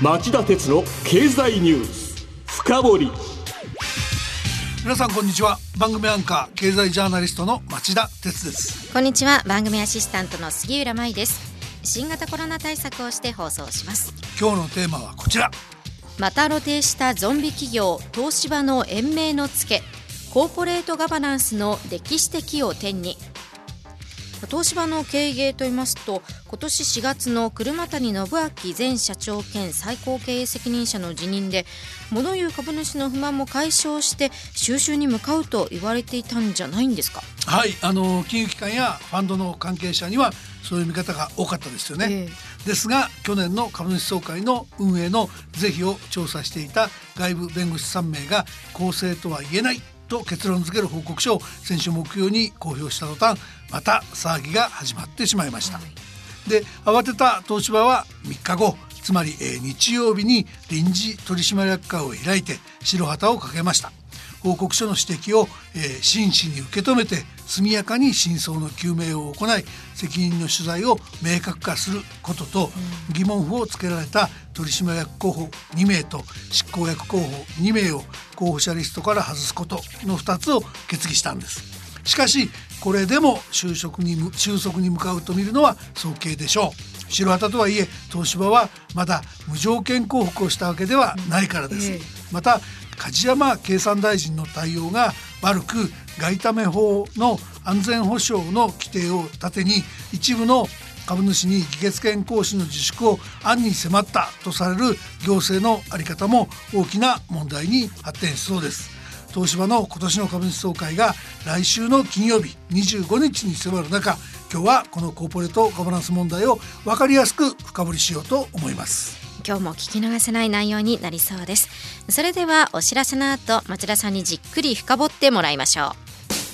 町田鉄の経済ニュース深掘り。 皆さんこんにちは。番組アンカー経済ジャーナリストの町田鉄です。 こんにちは。番組アシスタントの杉浦舞です。新型コロナ対策をして放送します。 今日のテーマはこちら。 また露呈したゾンビ企業東芝の延命のツケ、コーポレートガバナンスの歴史的を点に。東芝の経営といいますと、今年4月の車谷信明前社長兼最高経営責任者の辞任で、物言う株主の不満も解消して収拾に向かうと言われていたんじゃないんですか。 はい、金融機関やファンドの関係者にはそういう見方が多かったですよね。ですが去年の株主総会の運営の是非を調査していた外部弁護士3名が公正とは言えないと結論付ける報告書を先週木曜に公表した途端、また騒ぎが始まってしまいました。で、慌てた東芝は3日後、つまり日曜日に臨時取締役会を開いて白旗を掲げました。報告書の指摘を、真摯に受け止めて速やかに真相の究明を行い、責任の所在を明確化することと、疑問符をつけられた取締役候補2名と執行役候補2名を候補者リストから外すことの2つを決議したんです。しかしこれでも収束に向かうと見るのは早計でしょう。白旗とはいえ東芝はまだ無条件降伏をしたわけではないからです。また梶山経産大臣の対応が悪く、外為法の安全保障の規定を盾に一部の株主に議決権行使の自粛を暗に迫ったとされる行政の在り方も大きな問題に発展しそうです。東芝の今年の株主総会が来週の金曜日25日に迫る中、今日はこのコーポレートガバナンス問題を分かりやすく深掘りしようと思います。 今日も聞き逃せない内容になりそうです。それではお知らせの後、町田さんにじっくり深掘ってもらいましょ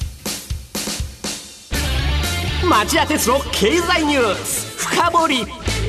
う。町田鉄の経済ニュース深掘り。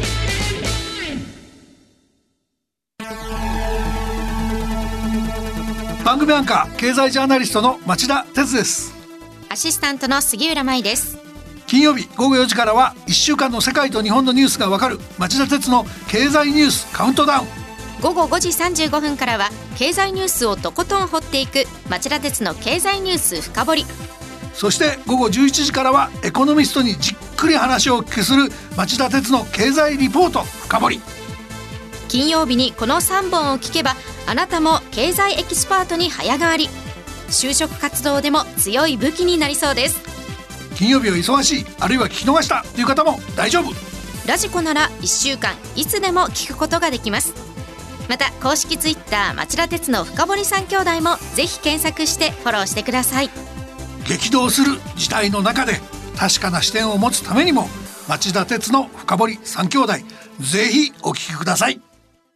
番組アンカー経済ジャーナリストの町田鉄です。 アシスタントの杉浦舞です。 金曜日午後4時からは1週間の世界と日本のニュースがわかる町田鉄の経済ニュースカウントダウン。 午後5時35分からは経済ニュースをとことん掘っていく町田鉄の経済ニュース深掘り。 そして午後11時からはエコノミストにじっくり話をお聞きする町田鉄の経済リポート深掘り。 金曜日にこの3本を聞けば、あなたも経済エキスパートに早変わり。就職活動でも強い武器になりそうです。 金曜日は忙しい、あるいは聞き逃したという方も大丈夫。 ラジコなら1週間いつでも聞くことができます。また公式ツイッター町田鉄の深堀3兄弟もぜひ検索してフォローしてください。 激動する時代の中で確かな視点を持つためにも、町田鉄の深堀3兄弟ぜひお聞きください。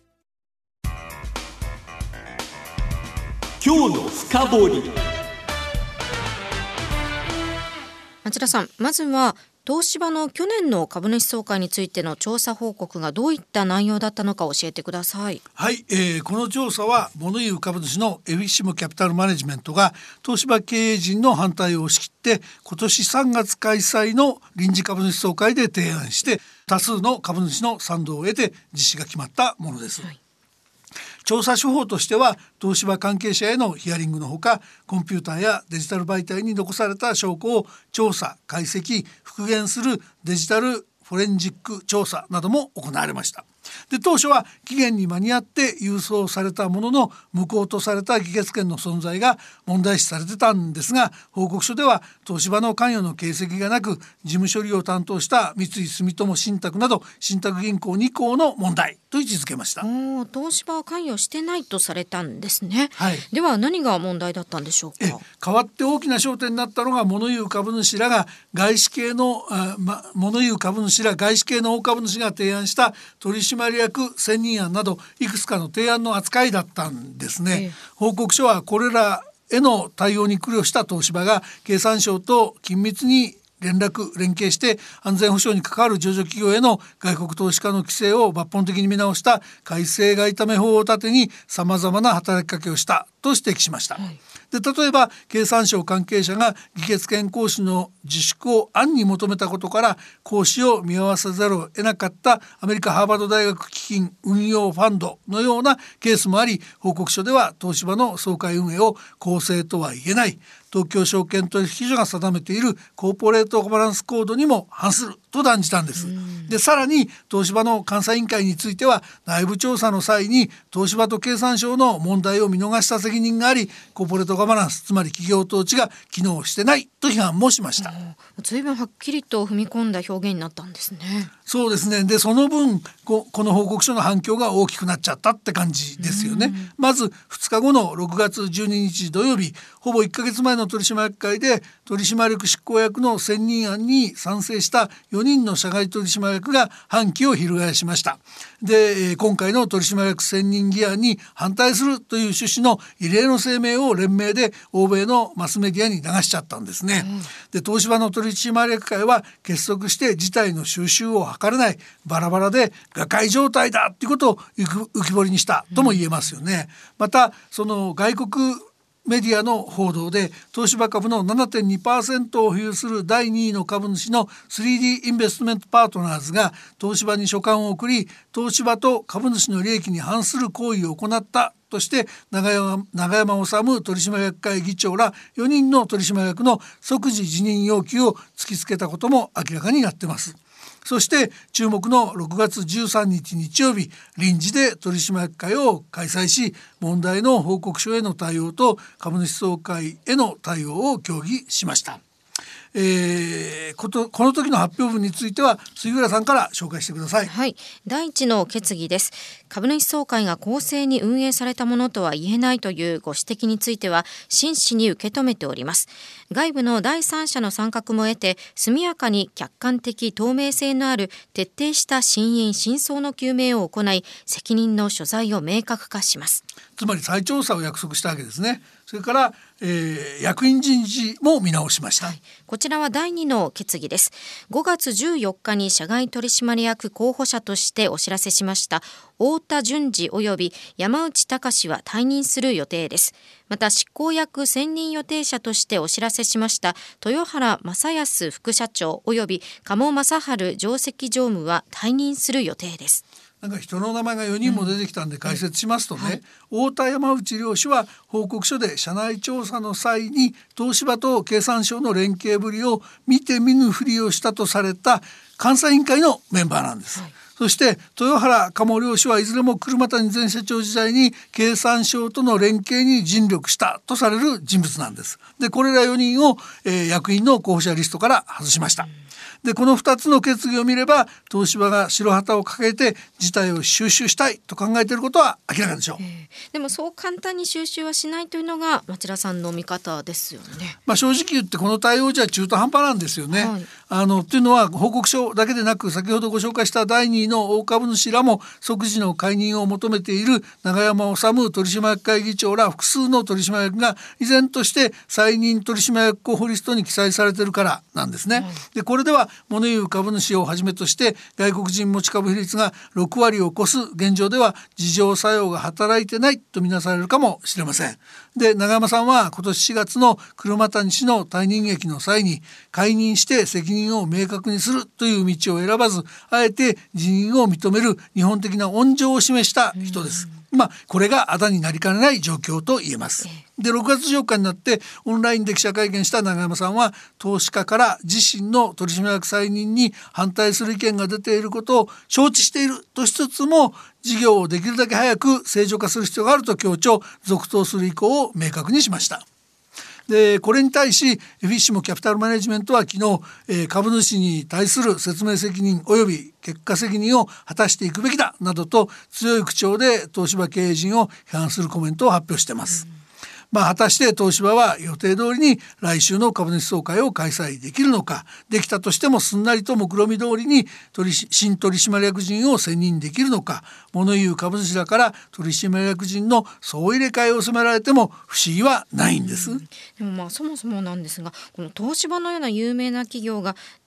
今日の深掘り。 町田さん、まずは東芝の去年の株主総会についての調査報告がどういった内容だったのか教えてください。 はい、この調査は物言う株主のエフィッシモキャピタルマネジメントが東芝経営陣の反対を押し切って今年3月開催の臨時株主総会で提案して、多数の株主の賛同を得て実施が決まったものです。調査手法としては東芝関係者へのヒアリングのほか、コンピューターやデジタル媒体に残された証拠を調査解析復元するデジタルフォレンジック調査なども行われました。で、当初は期限に間に合って郵送されたものの、無効とされた議決権の存在が問題視されてたんですが、報告書では東芝の関与の形跡がなく、事務処理を担当した三井住友信託など信託銀行2行の問題と位置づけました。 東芝は関与してないとされたんですね。 はい、 では何が問題だったんでしょうか。 代わって大きな焦点になったのが物言う株主らが外資系の物言う株主ら外資系の大株主が提案した取締役選任案などいくつかの提案の扱いだったんですね。報告書はこれらへの対応に苦慮した東芝が経産省と緊密に連携して安全保障に関わる上場企業への外国投資家の規制を抜本的に見直した改正外為法を盾に様々な働きかけをしたと指摘しました。 で例えば経産省関係者が議決権行使の自粛を暗に求めたことから行使を見合わせざるを得なかったアメリカハーバード大学基金運用ファンドのようなケースもあり、報告書では東芝の総会運営を公正とは言えない、東京証券取引所が定めているコーポレートガバナンスコードにも反すると断じたんです。でさらに東芝の監査委員会については内部調査の際に東芝と経産省の問題を見逃した責任があり、コーポレートガバナンス、つまり企業統治が機能してないと批判もしました。 随分はっきりと踏み込んだ表現になったんですね。 そうですね。でその分この報告書の反響が大きくなっちゃったって感じですよね。まず2日後の6月12日土曜日、ほぼ1ヶ月前の取締役会で取締役執行役の選任案に賛成した4人の社外取締役が反旗を翻しました。で今回の取締役選任議案に反対するという趣旨の異例の声明を連名で欧米のマスメディアに流しちゃったんですね。で東芝の取締役会は結束して事態の収拾を図れない、バラバラで瓦解状態だということを浮き彫りにしたとも言えますよね。またその外国メディアの報道で東芝株の 7.2% を保有する第2位の株主の 3D インベストメントパートナーズが東芝に書簡を送り、東芝と株主の利益に反する行為を行ったとして永山治取締役会議長ら4人の取締役の即時辞任要求を突きつけたことも明らかになっています。そして注目の6月13日日曜日、臨時で取締役会を開催し、問題の報告書への対応と株主総会への対応を協議しました。この時の発表文については杉浦さんから紹介してください。 はい、第一の決議です。株主総会が公正に運営されたものとは言えないというご指摘については真摯に受け止めております。外部の第三者の参画も得て速やかに客観的透明性のある徹底した真因真相の究明を行い、責任の所在を明確化します。 つまり再調査を約束したわけですね。それから、役員人事も見直しました。 こちらは第2の決議です。5月14日に社外取締役候補者としてお知らせしました太田淳二及び山内隆は退任する予定です。また執行役選任予定者としてお知らせしました豊原正康副社長及び鴨正治上席常務は退任する予定です。 なんか人の名前が4人も出てきたんで解説しますとね、太田山内両氏は報告書で社内調査の際に東芝と経産省の連携ぶりを見て見ぬふりをしたとされた監査委員会のメンバーなんです。そして豊原鴨両氏はいずれも車谷前社長時代に経産省との連携に尽力したとされる人物なんです。でこれら4人を、役員の候補者リストから外しました。でこの2つの決議を見れば東芝が白旗を掲げて事態を収拾したいと考えていることは明らかでしょう。 でもそう簡単に収拾はしないというのが町田さんの見方ですよね。 正直言ってこの対応じゃ中途半端なんですよね。というのは報告書だけでなく先ほどご紹介した第2位の大株主らも即時の解任を求めている永山治取締役会議長ら複数の取締役が依然として再任取締役候補リストに記載されているからなんですね。でこれでは物言う株主をはじめとして外国人持ち株比率が6割を超す現状では自浄作用が働いてないとみなされるかもしれません。で永山さんは今年4月の車谷氏の退任劇の際に解任して責任を明確にするという道を選ばずあえて辞任を認める日本的な温情を示した人です。これがあだになりかねない状況と言えます。で6月14日になってオンラインで記者会見した永山さんは投資家から自身の取締役再任に反対する意見が出ていることを承知しているとしつつも事業をできるだけ早く正常化する必要があると強調、続投する意向を明確にしました。でこれに対しフィッシモキャピタルマネジメントは昨日、株主に対する説明責任及び結果責任を果たしていくべきだなどと強い口調で東芝経営陣を批判するコメントを発表しています。果たして東芝は予定通りに来週の株主総会を開催できるのか、できたとしてもすんなりと目論見通りに新取締役人を選任できるのか、物言う株主らから取締役人の総入れ替えを迫られても不思議はないんです。 でもそもそもなんですが、この東芝のような有名な企業が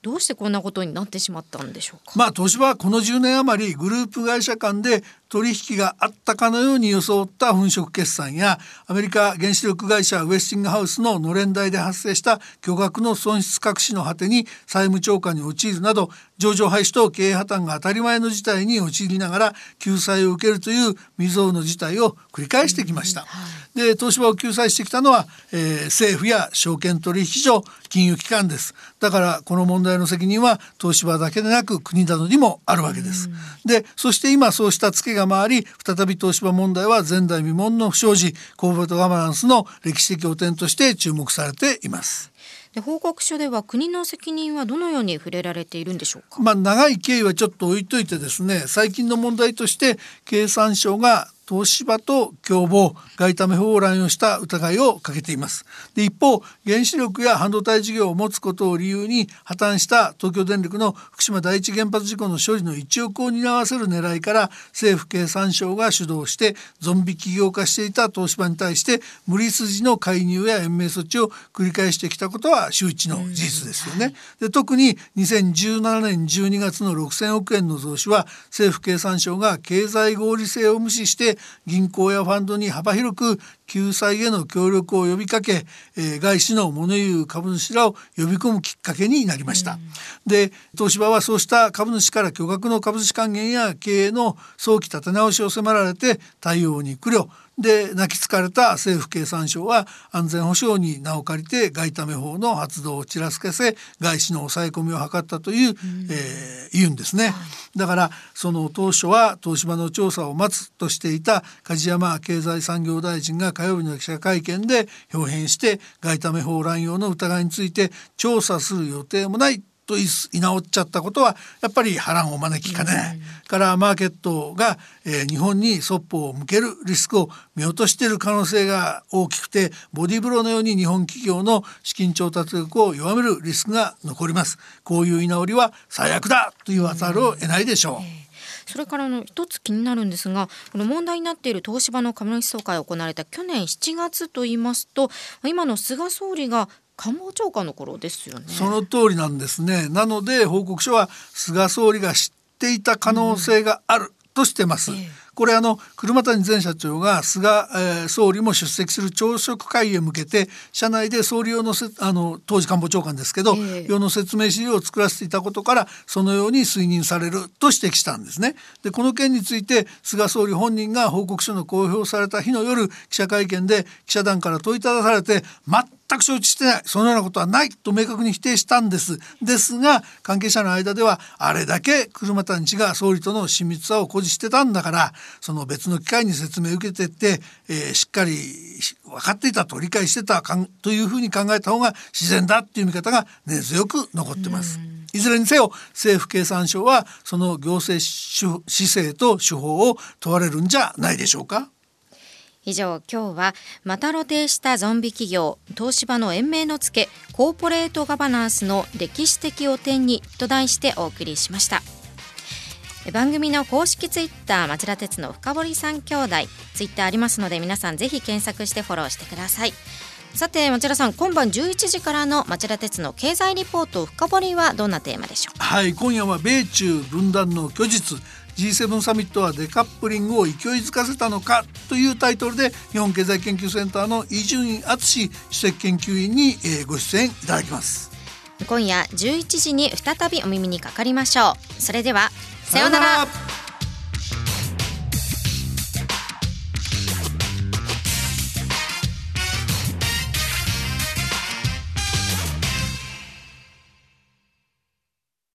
どうしてこんなことになってしまったんでしょうか。 東芝はこの10年余りグループ会社間で取引があったかのように装った粉飾決算や、アメリカ原子力会社ウェスティングハウスののれん代で発生した巨額の損失隠しの果てに債務超過に陥るなど、上場廃止と経営破綻が当たり前の事態に陥りながら救済を受けるという未曾有の事態を繰り返してきました。で、東芝を救済してきたのは、政府や証券取引所、金融機関です。だからこの問題の責任は東芝だけでなく国などにもあるわけです。で、そして今そうしたツケが回り、再び東芝問題は前代未聞の不祥事、コーポレートガバナンスの歴史的汚点として注目されています。 で、報告書では国の責任はどのように触れられているんでしょうか。 長い経緯はちょっと置いといてですね、最近の問題として経産省が東芝と共謀、外為法を乱用した疑いをかけています。で、一方、原子力や半導体事業を持つことを理由に破綻した東京電力の福島第一原発事故の処理の一翼を担わせる狙いから、政府経産省が主導してゾンビ企業化していた東芝に対して無理筋の介入や延命措置を繰り返してきたことは周知の事実ですよね。で、特に2017年12月の6000億円の増資は、政府経産省が経済合理性を無視して銀行やファンドに幅広く救済への協力を呼びかけ、外資の物言う株主らを呼び込むきっかけになりました。で、東芝はそうした株主から巨額の株主還元や経営の早期立て直しを迫られて対応に苦慮で、泣きつかれた政府経産省は安全保障に名を借りて外為法の発動をちらつかせ、外資の抑え込みを図ったという、言うんですね。だからその当初は東芝の調査を待つとしていた梶山経済産業大臣が火曜日の記者会見で表変して、外為法乱用の疑いについて調査する予定もないと言い直っちゃったことはやっぱり波乱を招きかねない。からマーケットが、日本にそっぽを向けるリスクを見落としている可能性が大きくて、ボディーブローのように日本企業の資金調達力を弱めるリスクが残ります。こういう居直りは最悪だと言わざるを得ないでしょう。 それから一つ気になるんですが、この問題になっている東芝の株主総会が行われた去年7月といいますと、今の菅総理が官房長官の頃ですよね。 その通りなんですね。なので報告書は菅総理が知っていた可能性があるとしてます。これ車谷前社長が菅、総理も出席する朝食会へ向けて社内で総理用の当時官房長官ですけど、用の説明資料を作らせていたことからそのように推認されると指摘したんですね。で、この件について菅総理本人が報告書の公表された日の夜、記者会見で記者団から問いただされて、全く承知してない、そのようなことはないと明確に否定したんです。ですが関係者の間では、あれだけ車谷氏が総理との親密さを誇示してたんだから、その別の機会に説明を受けてって、しっかり分かっていたと理解してたというふうに考えた方が自然だっていう見方が根強く残ってます。いずれにせよ政府経産省はその行政姿勢と手法を問われるんじゃないでしょうか。 以上、今日はまた露呈したゾンビ企業東芝の延命のつけ、コーポレートガバナンスの歴史的汚点にと題してお送りしました。番組の公式ツイッター、町田鉄の深堀三兄弟ツイッターありますので、皆さんぜひ検索してフォローしてください。さて町田さん、今晩11時からの町田鉄の経済リポート深堀はどんなテーマでしょうか。 はい、今夜は米中分断の虚実、 G7 サミットはデカップリングを勢いづかせたのかというタイトルで、日本経済研究センターの伊集院敦主席研究員に、ご出演いただきます。 今夜11時に再びお耳にかかりましょう。それではさようなら。